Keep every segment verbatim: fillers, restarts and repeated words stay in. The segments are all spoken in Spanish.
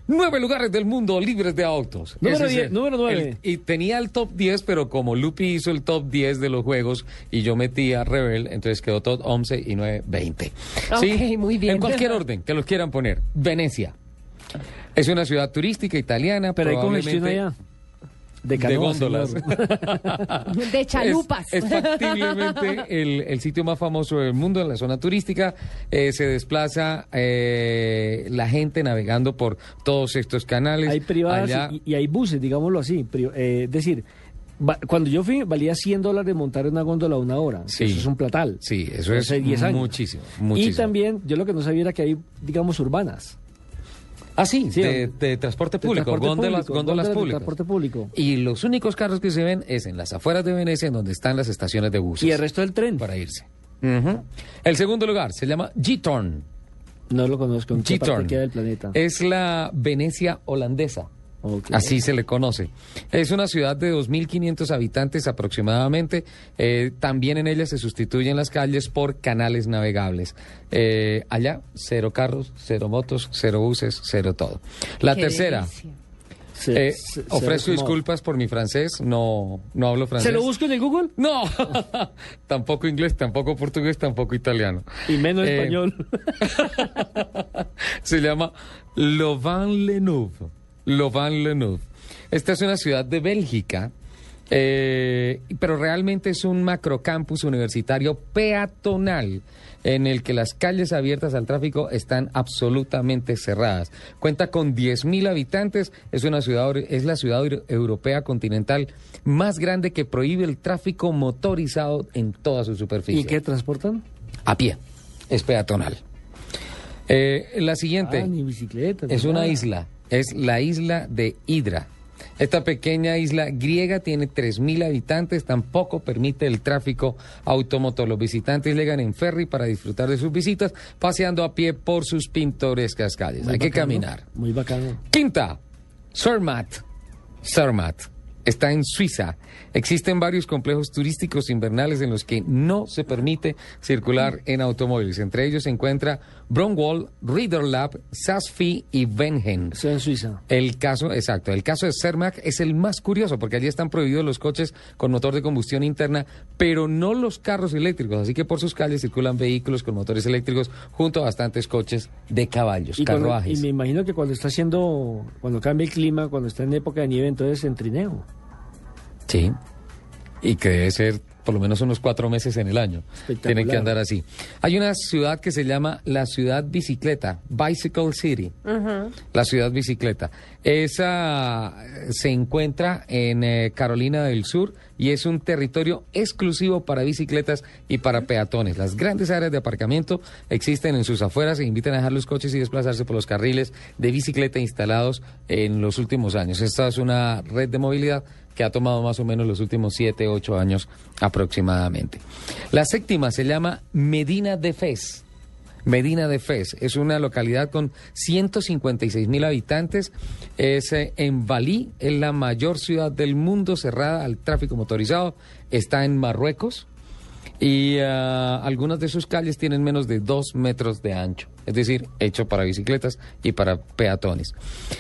Nueve lugares del mundo libres de autos. Número, Ese es diez, el- número nueve. el- y tenía el top diez, pero como Lupi hizo el top diez de los juegos y yo metí a Rebel, entonces quedó top once y nueve, veinte. Ok, muy bien. En cualquier orden que los quieran poner. Venecia. Es una ciudad turística italiana. Pero hay congestión probablemente allá. De, de canoas, góndolas. señor. De chalupas. Es, es factiblemente el, el sitio más famoso del mundo en la zona turística. Eh, se desplaza eh, la gente navegando por todos estos canales. Hay privadas Allá- y, y hay buses, digámoslo así. pri- eh, es decir, va- cuando yo fui, valía cien dólares montar una góndola una hora. Sí. Eso es un platal. Sí, eso es Hace diez años. muchísimo, muchísimo. Y también, yo lo que no sabía era que hay, digamos, urbanas. Ah, sí, Sí, de, de transporte de público, transporte góndolas, público, góndolas góndolas de públicas. transporte público. Y los únicos carros que se ven es en las afueras de Venecia, en donde están las estaciones de buses. Y el resto del tren. Para irse. Ujú. El segundo lugar se llama Giethoorn. No lo conozco. ¿En qué parte Giethoorn. queda del planeta? Es la Venecia holandesa. Ok. Así se le conoce. Es una ciudad de dos mil quinientos habitantes aproximadamente. Eh, también en ella se sustituyen las calles por canales navegables. Eh, allá, cero carros, cero motos, cero buses, cero todo. La Qué tercera, delicia. Se- eh, se- se ofrezco resumó. disculpas por mi francés, no, no hablo francés. ¿Se lo busco en el Google? No, tampoco inglés, tampoco portugués, tampoco italiano. Y menos Eh, español. Se llama Louvain-la-Neuve. Louvain-la-Neuve. Esta es una ciudad de Bélgica, eh, pero realmente es un macrocampus universitario peatonal en el que las calles abiertas al tráfico están absolutamente cerradas. Cuenta con diez mil habitantes, es una ciudad, es la ciudad euro- europea continental más grande que prohíbe el tráfico motorizado en toda su superficie. ¿Y qué transportan? A pie, es peatonal. Eh, la siguiente Ah, ni bicicleta. ni es una nada. isla, es la isla de Hidra. Esta pequeña isla griega tiene tres mil habitantes, tampoco permite el tráfico automotor. Los visitantes llegan en ferry para disfrutar de sus visitas, paseando a pie por sus pintorescas calles. Muy Hay que bacano, caminar. Muy bacano. Quinta, Zermatt. Zermatt. Está en Suiza. Existen varios complejos turísticos invernales en los que no se permite circular en automóviles. Entre ellos se encuentra Brunwald, Riederlab, Saas-Fee y Wengen. Eso en Suiza. El caso, exacto, el caso de Zermatt es el más curioso porque allí están prohibidos los coches con motor de combustión interna, pero no los carros eléctricos, así que por sus calles circulan vehículos con motores eléctricos junto a bastantes coches de caballos, Y, cuando- carruajes. y me imagino que cuando está haciendo, cuando cambia el clima, cuando está en época de nieve, entonces en trineo. Sí, y que debe ser por lo menos unos cuatro meses en el año. Espectacular. Tienen que andar así. Hay una ciudad que se llama la ciudad bicicleta, Bicycle City, la ciudad bicicleta. Esa eh, se encuentra en eh, Carolina del Sur y es un territorio exclusivo para bicicletas y para peatones. Las grandes áreas de aparcamiento existen en sus afueras e invitan a dejar los coches y desplazarse por los carriles de bicicleta instalados en los últimos años. Esta es una red de movilidad que ha tomado más o menos los últimos siete, ocho años aproximadamente. La séptima se llama Medina de Fez. Medina de Fez es una localidad con ciento cincuenta y seis mil habitantes. Es eh, en Balí, es la mayor ciudad del mundo cerrada al tráfico motorizado. Está en Marruecos y ah, algunas de sus calles tienen menos de dos metros de ancho. Es decir, hecho para bicicletas y para peatones.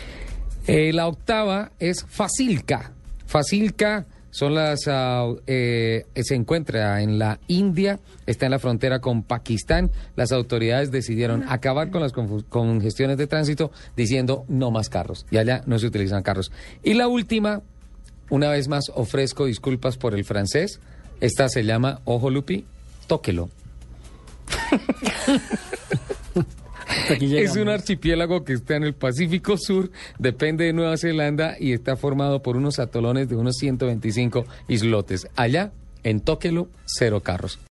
Eh, la octava es Facilca. Facilca son las ah, eh, se encuentra en la India, está en la frontera con Pakistán. Las autoridades decidieron acabar con las confu- congestiones de tránsito diciendo no más carros. Y allá no se utilizan carros. Y la última, una vez más ofrezco disculpas por el francés. Esta se llama, ojo Lupi, Tóquelo. Hasta aquí Es llegamos. un archipiélago que está en el Pacífico Sur, depende de Nueva Zelanda y está formado por unos atolones de unos ciento veinticinco islotes. Allá, en Tóquelo, cero carros.